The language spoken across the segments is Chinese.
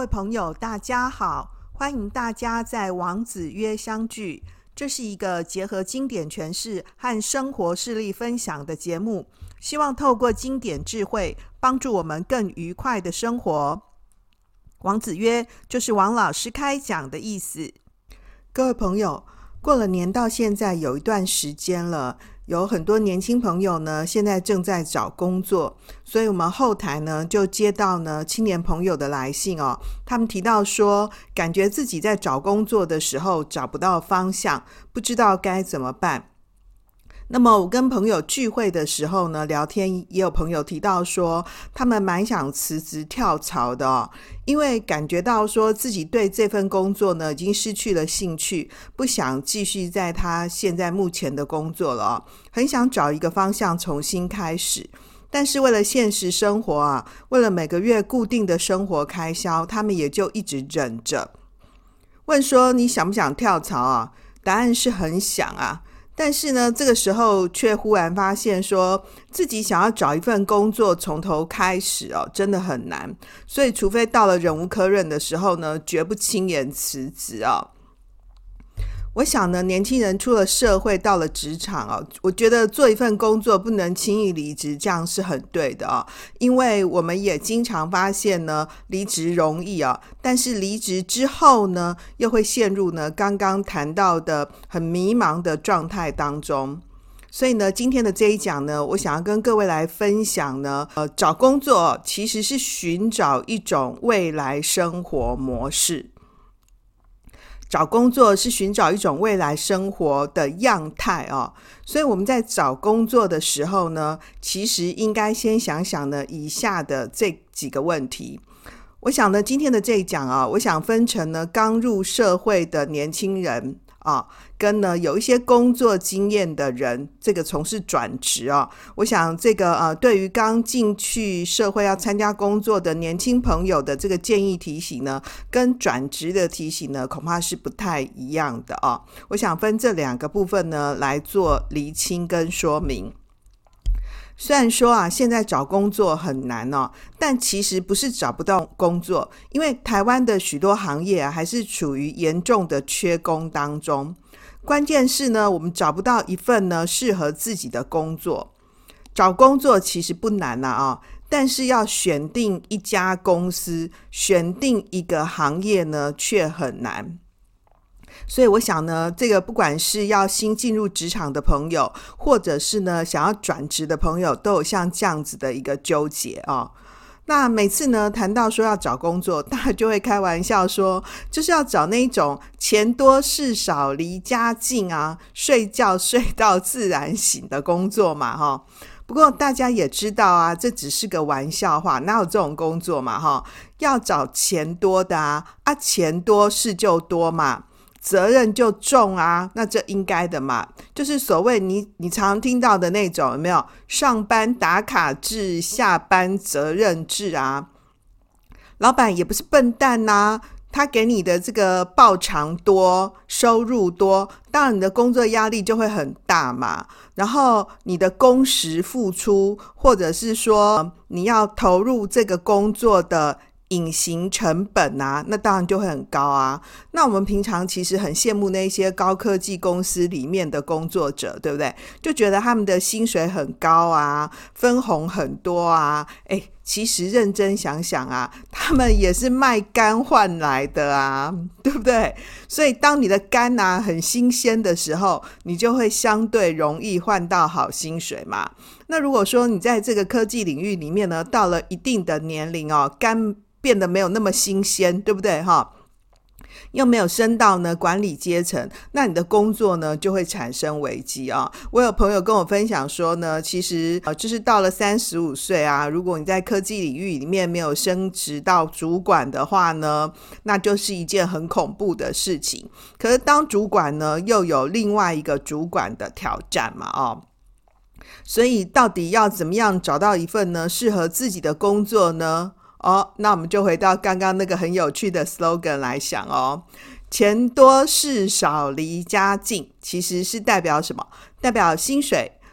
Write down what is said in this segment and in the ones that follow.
朋友大家好，欢迎大家在王子约相聚。这是一个结合经典诠释和生活事例分享的节目，希望透过经典智慧帮助我们更愉快的生活。王子约就是王老师开讲的意思。各位朋友，过了年到现在有一段时间了，有很多年轻朋友呢现在正在找工作，所以我们后台呢就接到呢青年朋友的来信哦，他们提到说感觉自己在找工作的时候找不到方向，不知道该怎么办。那么我跟朋友聚会的时候呢，聊天也有朋友提到说他们蛮想辞职跳槽的哦，因为感觉到说自己对这份工作呢已经失去了兴趣，不想继续在他现在目前的工作了哦，很想找一个方向重新开始。但是为了现实生活啊，为了每个月固定的生活开销，他们也就一直忍着。问说你想不想跳槽啊？答案是很想啊。但是呢，这个时候却忽然发现说自己想要找一份工作从头开始哦，真的很难。所以除非到了忍无可忍的时候呢，绝不轻言辞职哦。我想呢，年轻人出了社会到了职场哦，我觉得做一份工作不能轻易离职，这样是很对的哦。因为我们也经常发现呢，离职容易哦，但是离职之后呢，又会陷入呢刚刚谈到的很迷茫的状态当中。所以呢，今天的这一讲呢，我想要跟各位来分享呢，找工作其实是寻找一种未来生活模式。找工作是寻找一种未来生活的样态哦，所以我们在找工作的时候呢，其实应该先想想呢以下的这几个问题。我想呢，今天的这一讲啊，我想分成呢刚入社会的年轻人啊，跟呢有一些工作经验的人，这个从事转职啊，我想这个对于刚进去社会要参加工作的年轻朋友的这个建议提醒呢，跟转职的提醒呢，恐怕是不太一样的啊。我想分这两个部分呢来做厘清跟说明。虽然说啊，现在找工作很难哦，但其实不是找不到工作，因为台湾的许多行业啊，还是处于严重的缺工当中。关键是呢，我们找不到一份呢适合自己的工作。找工作其实不难啊，但是要选定一家公司，选定一个行业呢，却很难。所以我想呢，这个不管是要新进入职场的朋友，或者是呢想要转职的朋友，都有像这样子的一个纠结啊。那每次呢谈到说要找工作，大家就会开玩笑说，就是要找那种钱多事少离家近啊，睡觉睡到自然醒的工作嘛哈。不过大家也知道啊，这只是个玩笑话，哪有这种工作嘛哈？要找钱多的啊，钱多事就多嘛，责任就重啊，那这应该的嘛，就是所谓你常听到的那种，有没有上班打卡制，下班责任制啊？老板也不是笨蛋啊，他给你的这个报偿多，收入多，当然你的工作压力就会很大嘛。然后你的工时付出，或者是说你要投入这个工作的隐形成本啊，那当然就会很高啊。那我们平常其实很羡慕那些高科技公司里面的工作者，对不对？就觉得他们的薪水很高啊，分红很多啊。其实认真想想啊，他们也是卖肝换来的啊，对不对？所以当你的肝啊很新鲜的时候，你就会相对容易换到好薪水嘛。那如果说你在这个科技领域里面呢，到了一定的年龄哦，肝变得没有那么新鲜，对不对哈？又没有升到呢管理阶层，那你的工作呢就会产生危机啊。我有朋友跟我分享说呢，其实就是到了35岁啊，如果你在科技领域里面没有升职到主管的话呢，那就是一件很恐怖的事情。可是当主管呢，又有另外一个主管的挑战嘛所以到底要怎么样找到一份呢适合自己的工作呢？那我们就回到刚刚那个很有趣的 slogan 来想钱多事少离家近，其实是代表什么？代表薪水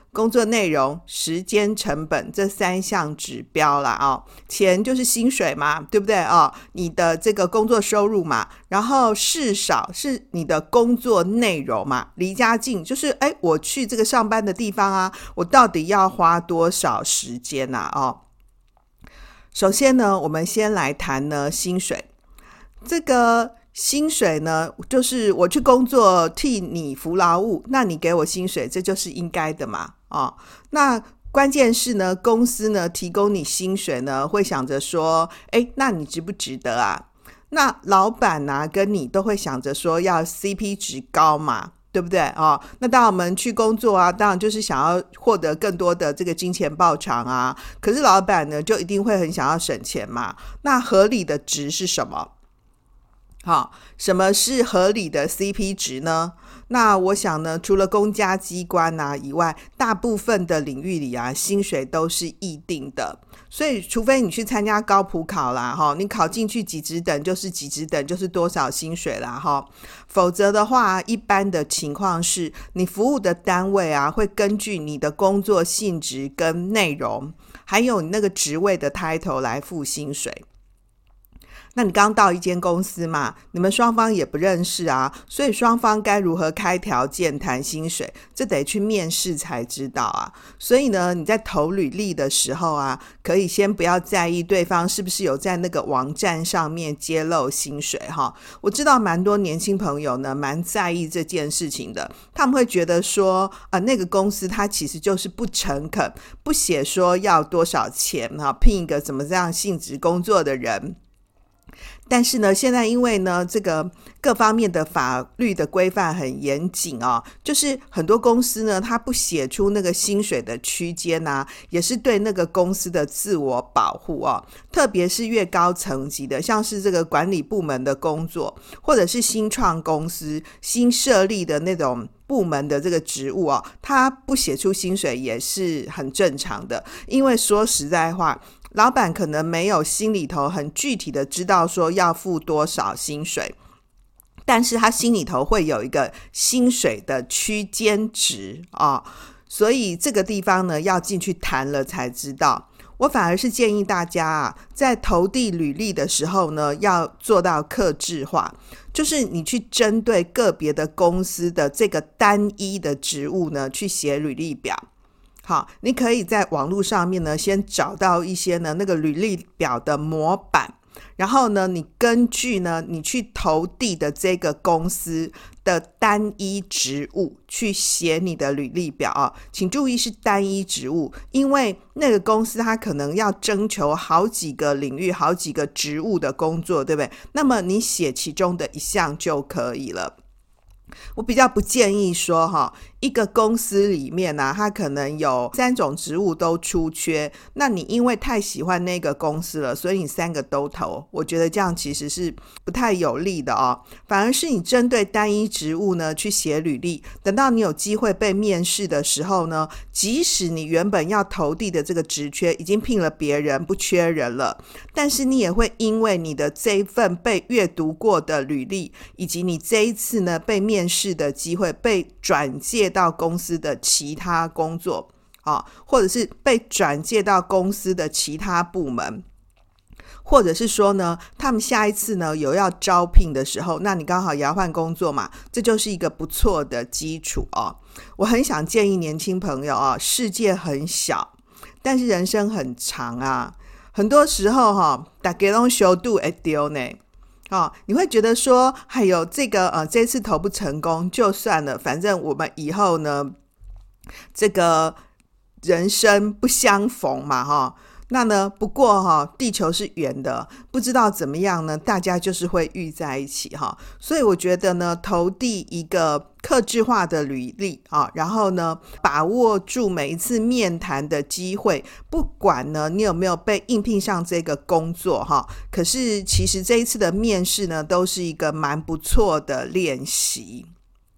工作内容、时间成本这3项指标啦钱就是薪水嘛，对不对你的这个工作收入嘛，然后事少是你的工作内容嘛，离家近就是我去这个上班的地方我到底要花多少时间首先呢，我们先来谈呢薪水。这个薪水呢，就是我去工作替你服劳务，那你给我薪水，这就是应该的嘛那关键是呢，公司呢提供你薪水呢，会想着说那你值不值得那老板跟你都会想着说要 CP 值高嘛，对不对那当然我们去工作当然就是想要获得更多的这个金钱报偿可是老板呢就一定会很想要省钱嘛。那合理的值是什么什么是合理的 CP 值呢？那我想呢，除了公家机关以外，大部分的领域里薪水都是议定的。所以除非你去参加高普考啦你考进去几职等就是几职等，就是多少薪水啦否则的话，一般的情况是你服务的单位会根据你的工作性质跟内容，还有你那个职位的 title 来付薪水。那你刚到一间公司嘛，你们双方也不认识所以双方该如何开条件谈薪水，这得去面试才知道所以呢，你在投履历的时候可以先不要在意对方是不是有在那个网站上面揭露薪水我知道蛮多年轻朋友呢蛮在意这件事情的，他们会觉得说那个公司它其实就是不诚恳，不写说要多少钱聘一个怎么这样性质工作的人。但是呢，现在因为呢这个各方面的法律的规范很严谨就是很多公司呢它不写出那个薪水的区间也是对那个公司的自我保护特别是越高层级的，像是这个管理部门的工作，或者是新创公司新设立的那种部门的这个职务它不写出薪水也是很正常的。因为说实在话，老板可能没有心里头很具体的知道说要付多少薪水，但是他心里头会有一个薪水的区间值所以这个地方呢要进去谈了才知道。我反而是建议大家在投递履历的时候呢，要做到客制化，就是你去针对个别的公司的这个单一的职务呢去写履历表。好，你可以在网络上面呢先找到一些呢那个履历表的模板，然后呢你根据呢你去投递的这个公司的单一职务去写你的履历表请注意是单一职务，因为那个公司它可能要征求好几个领域好几个职务的工作，对不对？那么你写其中的一项就可以了。我比较不建议说一个公司里面它可能有3种职务都出缺，那你因为太喜欢那个公司了，所以你3个都投，我觉得这样其实是不太有利的反而是你针对单一职务呢去写履历，等到你有机会被面试的时候呢，即使你原本要投递的这个职缺已经聘了别人不缺人了，但是你也会因为你的这一份被阅读过的履历，以及你这一次呢被面试的机会，被转介到公司的其他工作或者是被转介到公司的其他部门，或者是说呢他们下一次呢有要招聘的时候，那你刚好也要换工作嘛，这就是一个不错的基础我很想建议年轻朋友世界很小，但是人生很长很多时候大家都小度会丢呢你会觉得说还有这次投不成功就算了，反正我们以后呢这个人生不相逢嘛那呢不过地球是圆的，不知道怎么样呢大家就是会遇在一起所以我觉得呢投递一个客制化的履历然后呢把握住每一次面谈的机会，不管呢你有没有被应聘上这个工作可是其实这一次的面试呢都是一个蛮不错的练习。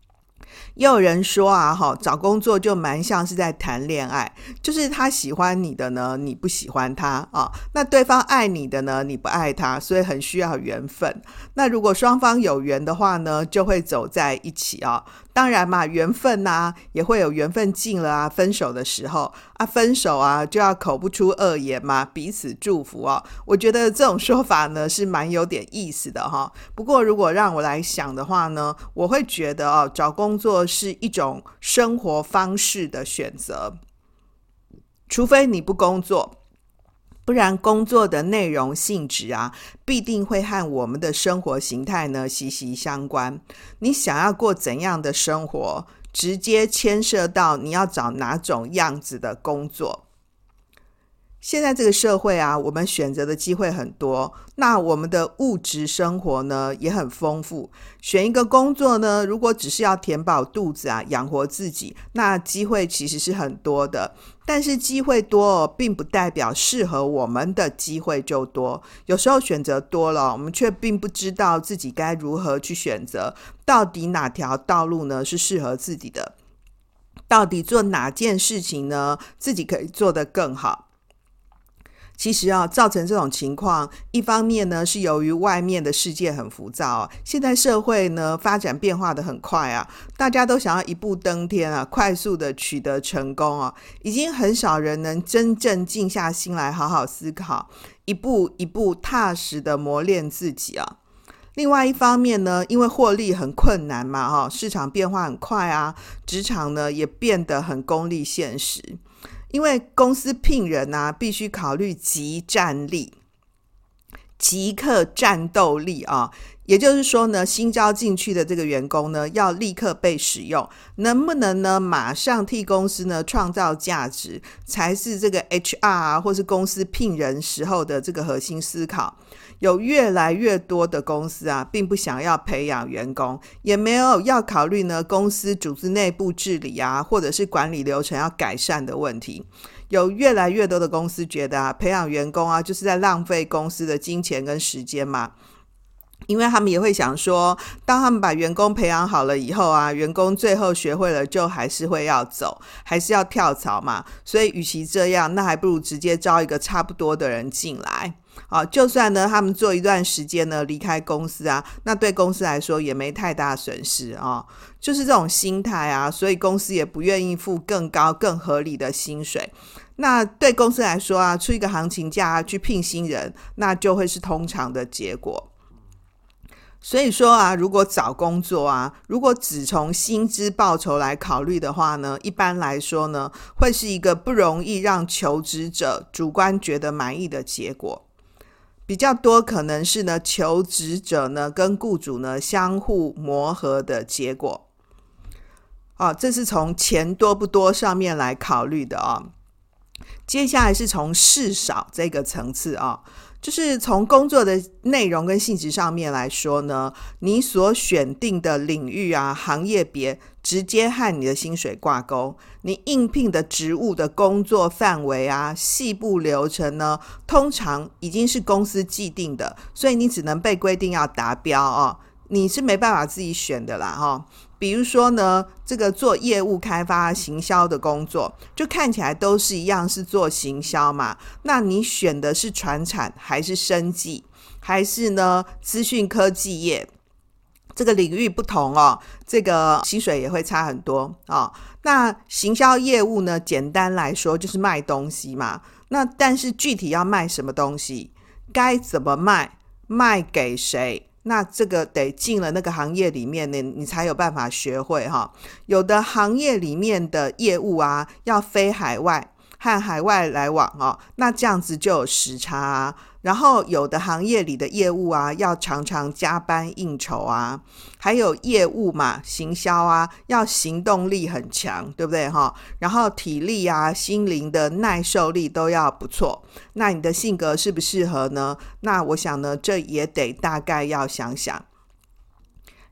也有人说啊，找工作就蛮像是在谈恋爱，就是他喜欢你的呢，你不喜欢他啊，那对方爱你的呢，你不爱他，所以很需要缘分。那如果双方有缘的话呢，就会走在一起啊。当然嘛，缘分啊，也会有缘分尽了啊，分手的时候啊，分手啊就要口不出恶言嘛，彼此祝福啊。我觉得这种说法呢是蛮有点意思的哈。不过如果让我来想的话呢，我会觉得找工作是一种生活方式的选择，除非你不工作。不然工作的内容性质啊，必定会和我们的生活形态呢息息相关。你想要过怎样的生活，直接牵涉到你要找哪种样子的工作。现在这个社会啊，我们选择的机会很多，那我们的物质生活呢也很丰富。选一个工作呢，如果只是要填饱肚子啊，养活自己，那机会其实是很多的。但是机会多并不代表适合我们的机会就多。有时候选择多了，我们却并不知道自己该如何去选择，到底哪条道路呢是适合自己的，到底做哪件事情呢自己可以做得更好。其实造成这种情况，一方面呢是由于外面的世界很浮躁现在社会呢发展变化得很快啊，大家都想要一步登天啊，快速的取得成功已经很少人能真正静下心来好好思考，一步一步踏实的磨练自己另外一方面呢，因为获利很困难嘛市场变化很快啊，职场呢也变得很功利现实。因为公司聘人啊，必须考虑即战力、即刻战斗力也就是说呢，新招进去的这个员工呢，要立刻被使用，能不能呢马上替公司呢创造价值，才是这个 HR 或是公司聘人时候的这个核心思考。有越来越多的公司啊，并不想要培养员工，也没有要考虑呢公司组织内部治理啊，或者是管理流程要改善的问题。有越来越多的公司觉得培养员工啊，就是在浪费公司的金钱跟时间嘛。因为他们也会想说，当他们把员工培养好了以后啊，员工最后学会了就还是会要走，还是要跳槽嘛，所以与其这样，那还不如直接招一个差不多的人进来就算呢他们做一段时间呢离开公司啊，那对公司来说也没太大损失就是这种心态啊，所以公司也不愿意付更高更合理的薪水。那对公司来说啊，出一个行情价去聘新人，那就会是通常的结果。所以说啊，如果找工作啊，如果只从薪资报酬来考虑的话呢，一般来说呢，会是一个不容易让求职者主观觉得满意的结果。比较多可能是呢，求职者呢跟雇主呢相互磨合的结果。这是从钱多不多上面来考虑的接下来是从事少这个层次就是从工作的内容跟性质上面来说呢，你所选定的领域啊、行业别直接和你的薪水挂钩，你应聘的职务的工作范围啊、细部流程呢，通常已经是公司既定的，所以你只能被规定要达标你是没办法自己选的啦比如说呢，这个做业务开发行销的工作，就看起来都是一样是做行销嘛，那你选的是传产还是生技，还是呢资讯科技业，这个领域不同这个薪水也会差很多那行销业务呢，简单来说就是卖东西嘛，那但是具体要卖什么东西，该怎么卖，卖给谁，那这个得进了那个行业里面呢，你才有办法学会有的行业里面的业务啊，要飞海外和海外来往那这样子就有时差然后有的行业里的业务啊，要常常加班应酬还有业务嘛，行销要行动力很强，对不对然后体力啊、心灵的耐受力都要不错，那你的性格适不适合呢？那我想呢，这也得大概要想想。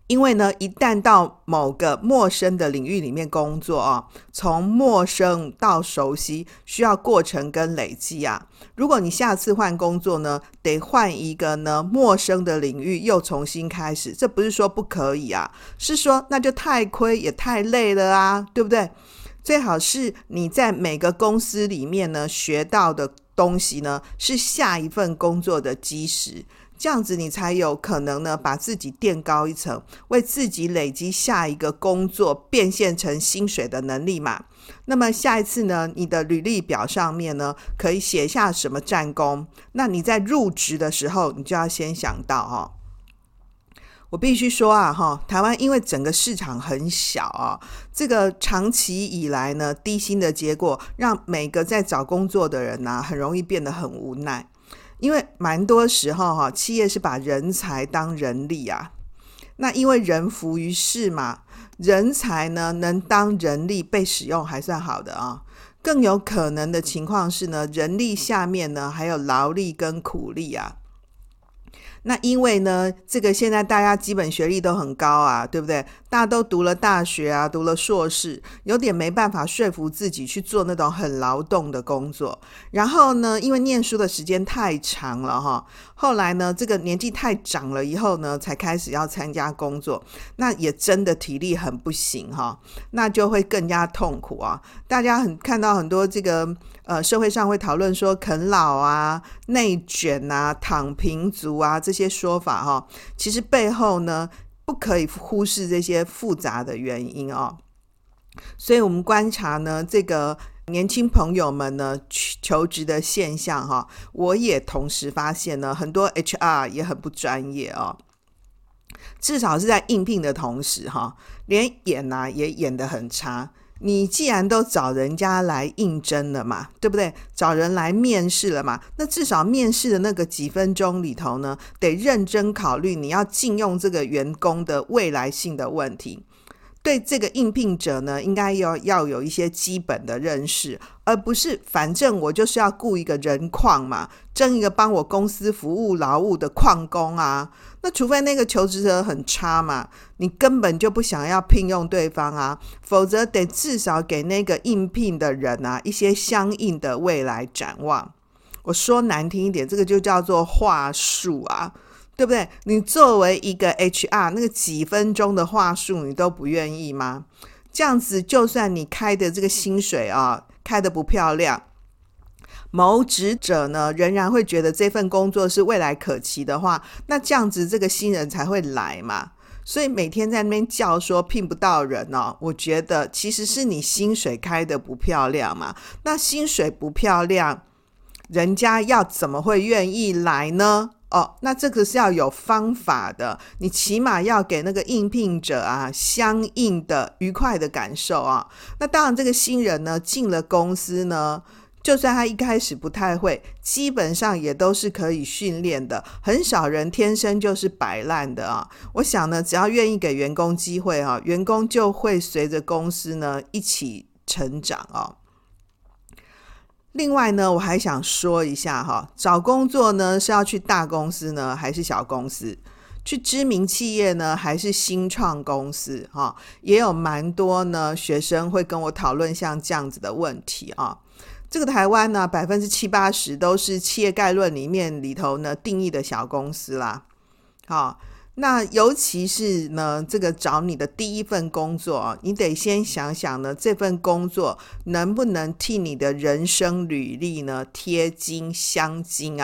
因为呢，一旦到某个陌生的领域里面工作啊，从陌生到熟悉需要过程跟累积啊。如果你下次换工作呢，得换一个呢陌生的领域，又重新开始，这不是说不可以啊，是说那就太亏也太累了啊，对不对？最好是你在每个公司里面呢学到的东西呢，是下一份工作的基石，这样子你才有可能呢把自己垫高一层，为自己累积下一个工作变现成薪水的能力嘛。那么下一次呢，你的履历表上面呢可以写下什么战功，那你在入职的时候你就要先想到我必须说台湾因为整个市场很小这个长期以来呢低薪的结果，让每个在找工作的人很容易变得很无奈。因为蛮多时候企业是把人才当人力啊，那因为人浮于事嘛，人才呢能当人力被使用还算好的更有可能的情况是呢，人力下面呢还有劳力跟苦力啊。那因为呢这个现在大家基本学历都很高啊，对不对？大家都读了大学啊，读了硕士，有点没办法说服自己去做那种很劳动的工作。然后呢因为念书的时间太长了后来呢这个年纪太长了以后呢才开始要参加工作，那也真的体力很不行那就会更加痛苦大家看到很多这个社会上会讨论说啃老啊、内卷啊、躺平族啊这些说法其实背后呢不可以忽视这些复杂的原因所以我们观察呢这个年轻朋友们呢求职的现象我也同时发现呢很多 HR 也很不专业至少是在应聘的同时连演也演得很差。你既然都找人家来应征了嘛，对不对？找人来面试了嘛，那至少面试的那个几分钟里头呢，得认真考虑你要聘用这个员工的未来性的问题。对这个应聘者呢，应该要有一些基本的认识，而不是反正我就是要雇一个人矿嘛，征一个帮我公司服务劳务的矿工啊。那除非那个求职者很差嘛，你根本就不想要聘用对方否则得至少给那个应聘的人一些相应的未来展望。我说难听一点，这个就叫做话术对不对？你作为一个 HR， 那个几分钟的话术你都不愿意吗？这样子就算你开的这个薪水开的不漂亮，谋职者呢仍然会觉得这份工作是未来可期的话，那这样子这个新人才会来嘛。所以每天在那边叫说聘不到人我觉得其实是你薪水开的不漂亮嘛。那薪水不漂亮，人家要怎么会愿意来呢？那这个是要有方法的，你起码要给那个应聘者相应的愉快的感受那当然这个新人呢进了公司呢，就算他一开始不太会，基本上也都是可以训练的，很少人天生就是摆烂的我想呢只要愿意给员工机会员工就会随着公司呢一起成长另外呢我还想说一下找工作呢是要去大公司呢还是小公司，去知名企业呢还是新创公司也有蛮多呢学生会跟我讨论像这样子的问题这个台湾呢70-80%都是企业概论里头呢定义的小公司啦那尤其是呢这个找你的第一份工作你得先想想呢这份工作能不能替你的人生履历呢贴金镶金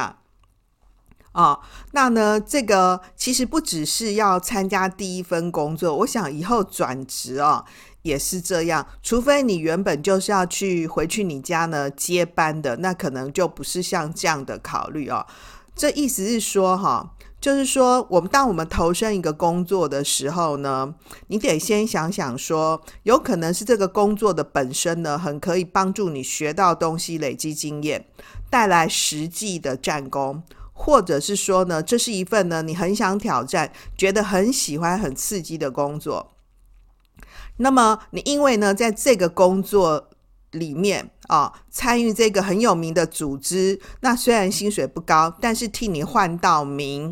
那呢这个其实不只是要参加第一份工作，我想以后转职也是这样，除非你原本就是要回去你家呢接班的，那可能就不是像这样的考虑这意思是说就是说当我们投身一个工作的时候呢，你得先想想说，有可能是这个工作的本身呢很可以帮助你学到东西，累积经验，带来实际的战功，或者是说呢这是一份呢你很想挑战，觉得很喜欢很刺激的工作。那么你因为呢在这个工作里面参与这个很有名的组织，那虽然薪水不高，但是替你换到名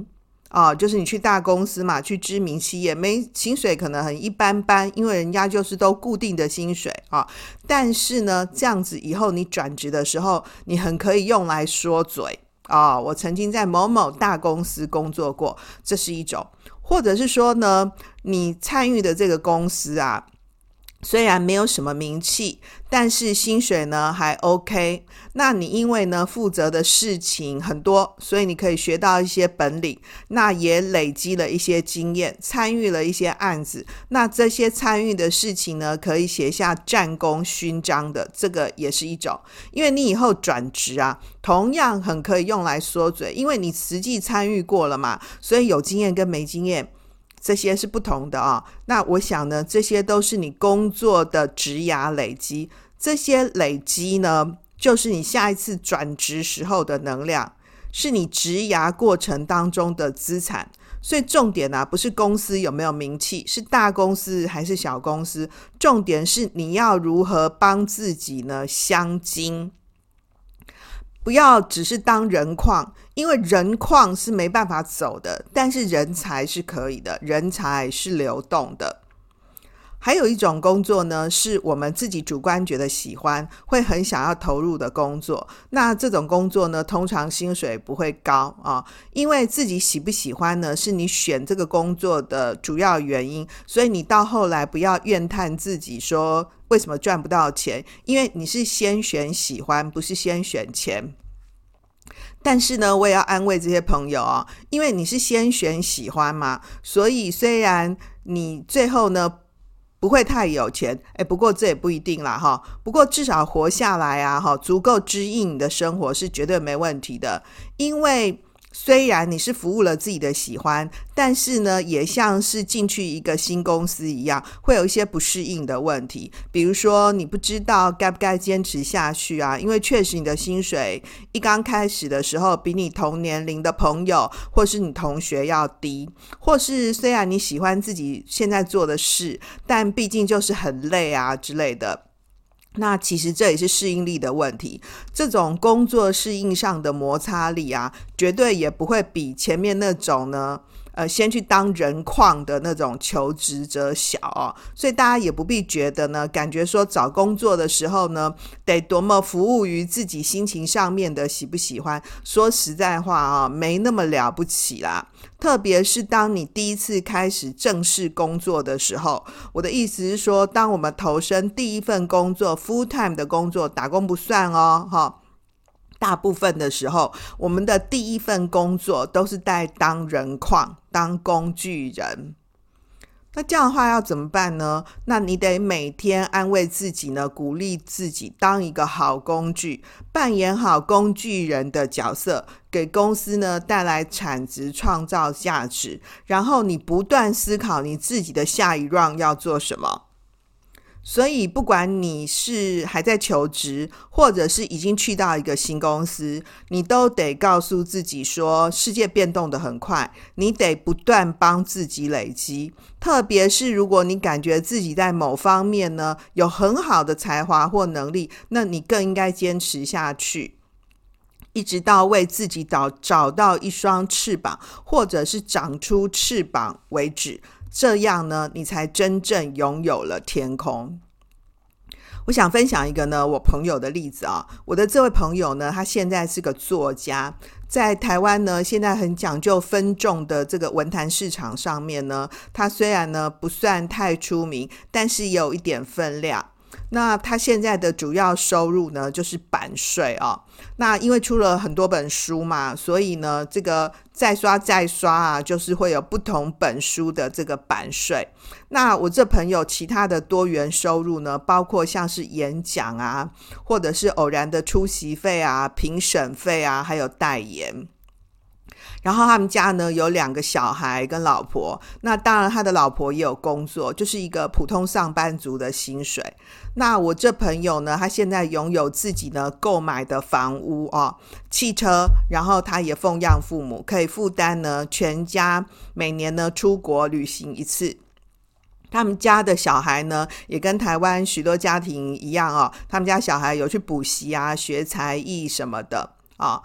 就是你去大公司嘛，去知名企业，薪水可能很一般般，因为人家就是都固定的薪水但是呢，这样子以后你转职的时候，你很可以用来说嘴我曾经在某某大公司工作过，这是一种。或者是说呢，你参与的这个公司虽然没有什么名气，但是薪水呢还 OK， 那你因为呢负责的事情很多，所以你可以学到一些本领，那也累积了一些经验，参与了一些案子，那这些参与的事情呢可以写下战功勋章的，这个也是一种。因为你以后转职同样很可以用来说嘴，因为你实际参与过了嘛，所以有经验跟没经验这些是不同的那我想呢，这些都是你工作的职涯累积，这些累积呢，就是你下一次转职时候的能量，是你职涯过程当中的资产。所以重点不是公司有没有名气，是大公司还是小公司，重点是你要如何帮自己呢镶金。不要只是当人矿，因为人矿是没办法走的，但是人才是可以的，人才是流动的。还有一种工作呢，是我们自己主观觉得喜欢，会很想要投入的工作。那这种工作呢，通常薪水不会高因为自己喜不喜欢呢，是你选这个工作的主要原因。所以你到后来不要怨叹自己说为什么赚不到钱，因为你是先选喜欢，不是先选钱。但是呢，我也要安慰这些朋友因为你是先选喜欢嘛，所以虽然你最后呢不会太有钱，不过这也不一定啦不过至少活下来足够支应你的生活是绝对没问题的。因为虽然你是服务了自己的喜欢，但是呢也像是进去一个新公司一样，会有一些不适应的问题。比如说你不知道该不该坚持下去因为确实你的薪水一刚开始的时候比你同年龄的朋友或是你同学要低，或是虽然你喜欢自己现在做的事，但毕竟就是很累之类的。那其实这也是适应力的问题，这种工作适应上的摩擦力绝对也不会比前面那种呢先去当人矿的那种求职者小所以大家也不必觉得呢，感觉说找工作的时候呢，得多么服务于自己心情上面的喜不喜欢。说实在话没那么了不起啦。特别是当你第一次开始正式工作的时候，我的意思是说，当我们投身第一份工作 full time 的工作，打工不算大部分的时候，我们的第一份工作都是在当人矿，当工具人。那这样的话要怎么办呢？那你得每天安慰自己呢，鼓励自己当一个好工具，扮演好工具人的角色，给公司呢带来产值，创造价值。然后你不断思考你自己的下一 round 要做什么。所以不管你是还在求职，或者是已经去到一个新公司，你都得告诉自己说，世界变动得很快，你得不断帮自己累积。特别是如果你感觉自己在某方面呢有很好的才华或能力，那你更应该坚持下去，一直到为自己找到一双翅膀，或者是长出翅膀为止。这样呢，你才真正拥有了天空。我想分享一个呢，我朋友的例子我的这位朋友呢，他现在是个作家，在台湾呢，现在很讲究分众的这个文坛市场上面呢，他虽然呢不算太出名，但是也有一点分量。那他现在的主要收入呢就是版税那因为出了很多本书嘛，所以呢这个再刷就是会有不同本书的这个版税。那我这朋友其他的多元收入呢，包括像是演讲或者是偶然的出席费评审费还有代言。然后他们家呢有2个小孩跟老婆，那当然他的老婆也有工作，就是一个普通上班族的薪水。那我这朋友呢，他现在拥有自己呢购买的房屋汽车，然后他也奉养父母，可以负担呢全家每年呢出国旅行一次。他们家的小孩呢也跟台湾许多家庭一样他们家小孩有去补习学才艺什么的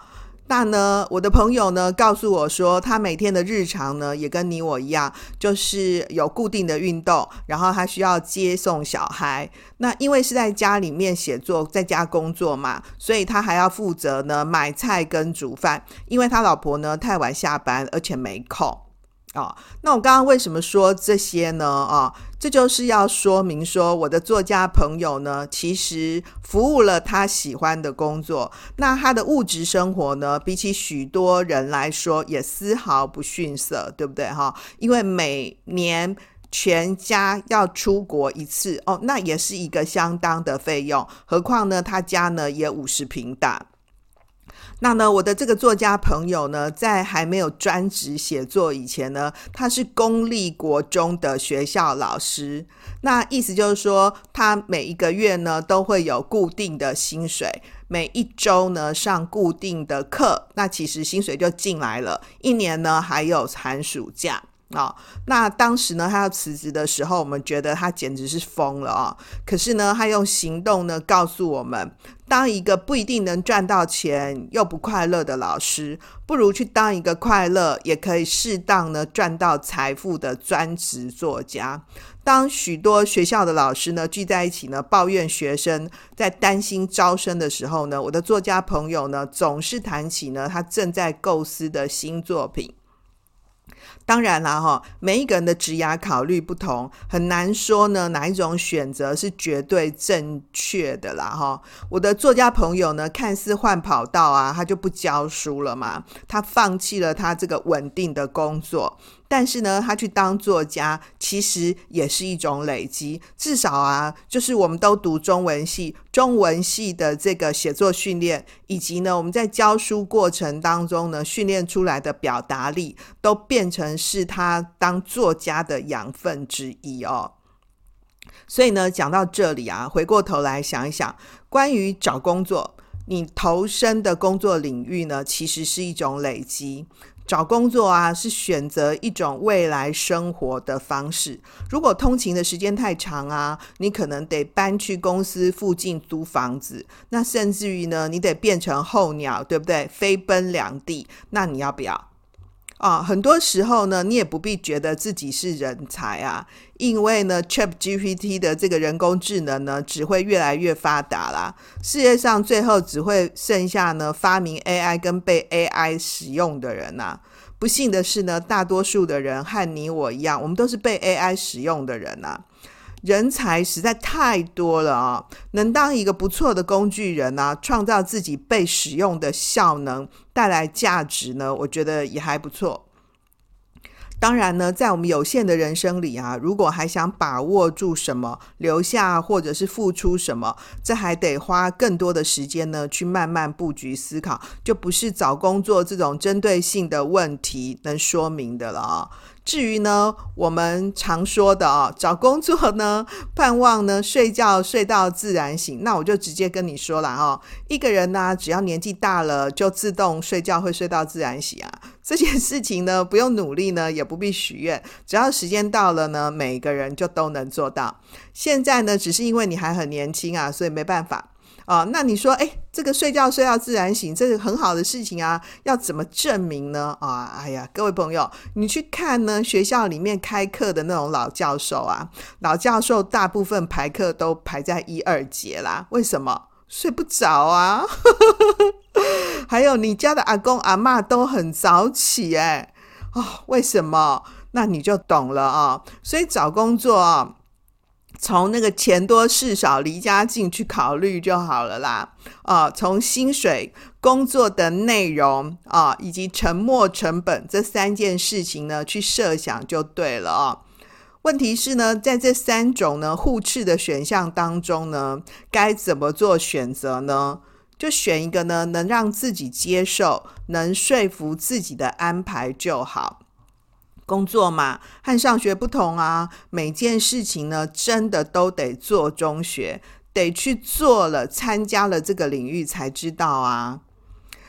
那呢，我的朋友呢告诉我说，他每天的日常呢也跟你我一样，就是有固定的运动，然后他需要接送小孩。那因为是在家里面写作，在家工作嘛，所以他还要负责呢买菜跟煮饭，因为他老婆呢太晚下班，而且没空。那我刚刚为什么说这些呢？这就是要说明说，我的作家朋友呢，其实服务了他喜欢的工作，那他的物质生活呢，比起许多人来说，也丝毫不逊色，对不对？因为每年全家要出国一次，那也是一个相当的费用，何况呢，他家呢也50平大。那呢，我的这个作家朋友呢，在还没有专职写作以前呢，他是公立国中的学校老师。那意思就是说，他每一个月呢都会有固定的薪水，每一周呢上固定的课，那其实薪水就进来了。一年呢还有寒暑假。那当时呢他要辞职的时候，我们觉得他简直是疯了可是呢他用行动呢告诉我们，当一个不一定能赚到钱又不快乐的老师，不如去当一个快乐也可以适当呢赚到财富的专职作家。当许多学校的老师呢聚在一起呢抱怨学生在担心招生的时候呢，我的作家朋友呢总是谈起呢他正在构思的新作品。当然啦每一个人的职涯考虑不同，很难说呢哪一种选择是绝对正确的啦我的作家朋友呢看似换跑道他就不教书了嘛，他放弃了他这个稳定的工作，但是呢他去当作家其实也是一种累积，至少就是我们都读中文系的这个写作训练，以及呢我们在教书过程当中呢训练出来的表达力，都变成是他当作家的养分之一所以呢讲到这里回过头来想一想，关于找工作，你投身的工作领域呢其实是一种累积。找工作是选择一种未来生活的方式。如果通勤的时间太长你可能得搬去公司附近租房子，那甚至于呢你得变成候鸟，对不对？飞奔两地，那你要不要？很多时候呢你也不必觉得自己是人才因为呢 ChatGPT 的这个人工智能呢只会越来越发达啦，世界上最后只会剩下呢发明 AI 跟被 AI 使用的人不幸的是呢，大多数的人和你我一样，我们都是被 AI 使用的人人才实在太多了能当一个不错的工具人创造自己被使用的效能，带来价值呢，我觉得也还不错。当然呢，在我们有限的人生里如果还想把握住什么，留下或者是付出什么，这还得花更多的时间呢去慢慢布局思考，就不是找工作这种针对性的问题能说明的了至于呢我们常说的找工作呢盼望呢睡觉睡到自然醒，那我就直接跟你说了一个人只要年纪大了就自动睡觉会睡到自然醒这件事情呢不用努力呢也不必许愿，只要时间到了呢每个人就都能做到。现在呢只是因为你还很年轻所以没办法那你说这个睡觉睡到自然醒，这是很好的事情要怎么证明呢哎呀，各位朋友，你去看呢学校里面开课的那种老教授老教授大部分排课都排在1、2节啦，为什么？睡不着还有你家的阿公阿嬷都很早起为什么？那你就懂了所以找工作从那个钱多事少离家近去考虑就好了啦从薪水、工作的内容以及沉没成本这3件事情呢去设想就对了问题是呢，在这3种呢互斥的选项当中呢，该怎么做选择呢？就选一个呢能让自己接受，能说服自己的安排就好。工作嘛，和上学不同每件事情呢真的都得做中学，得去做了，参加了这个领域才知道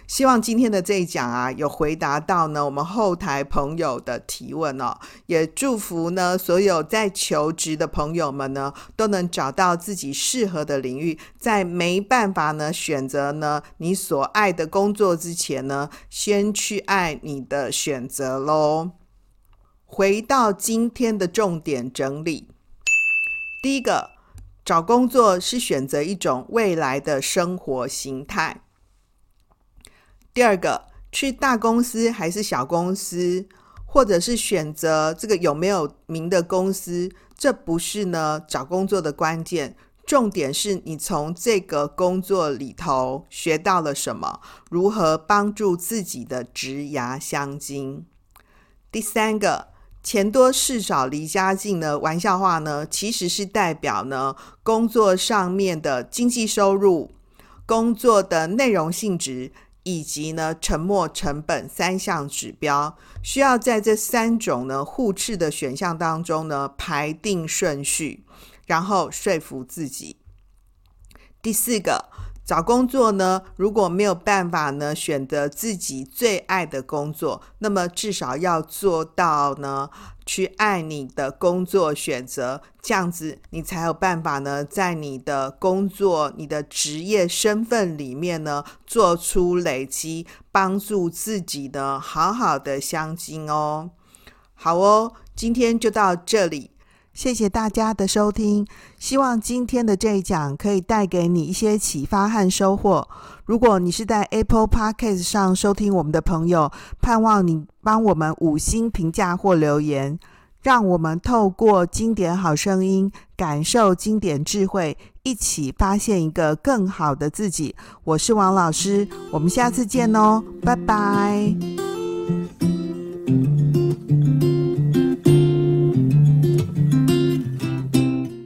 希望今天的这一讲啊，有回答到呢我们后台朋友的提问哦，也祝福呢所有在求职的朋友们呢，都能找到自己适合的领域，在没办法呢选择呢你所爱的工作之前呢，先去爱你的选择咯。回到今天的重点整理，第一个，找工作是选择一种未来的生活形态。第二个，去大公司还是小公司，或者是选择这个有没有名的公司，这不是呢找工作的关键，重点是你从这个工作里头学到了什么，如何帮助自己的职涯镶金。第三个，钱多事少离家近呢，玩笑话呢，其实是代表呢工作上面的经济收入、工作的内容性质以及呢沉没成本三项指标，需要在这三种呢互斥的选项当中呢排定顺序，然后说服自己。第四个，找工作呢，如果没有办法呢选择自己最爱的工作，那么至少要做到呢去爱你的工作选择，这样子你才有办法呢在你的工作、你的职业身份里面呢做出累积，帮助自己呢好好的镶金哦。好哦，今天就到这里，谢谢大家的收听，希望今天的这一讲可以带给你一些启发和收获。如果你是在 Apple Podcast 上收听我们的朋友，盼望你帮我们5星评价或留言，让我们透过经典好声音，感受经典智慧，一起发现一个更好的自己。我是王老师，我们下次见哦，拜拜。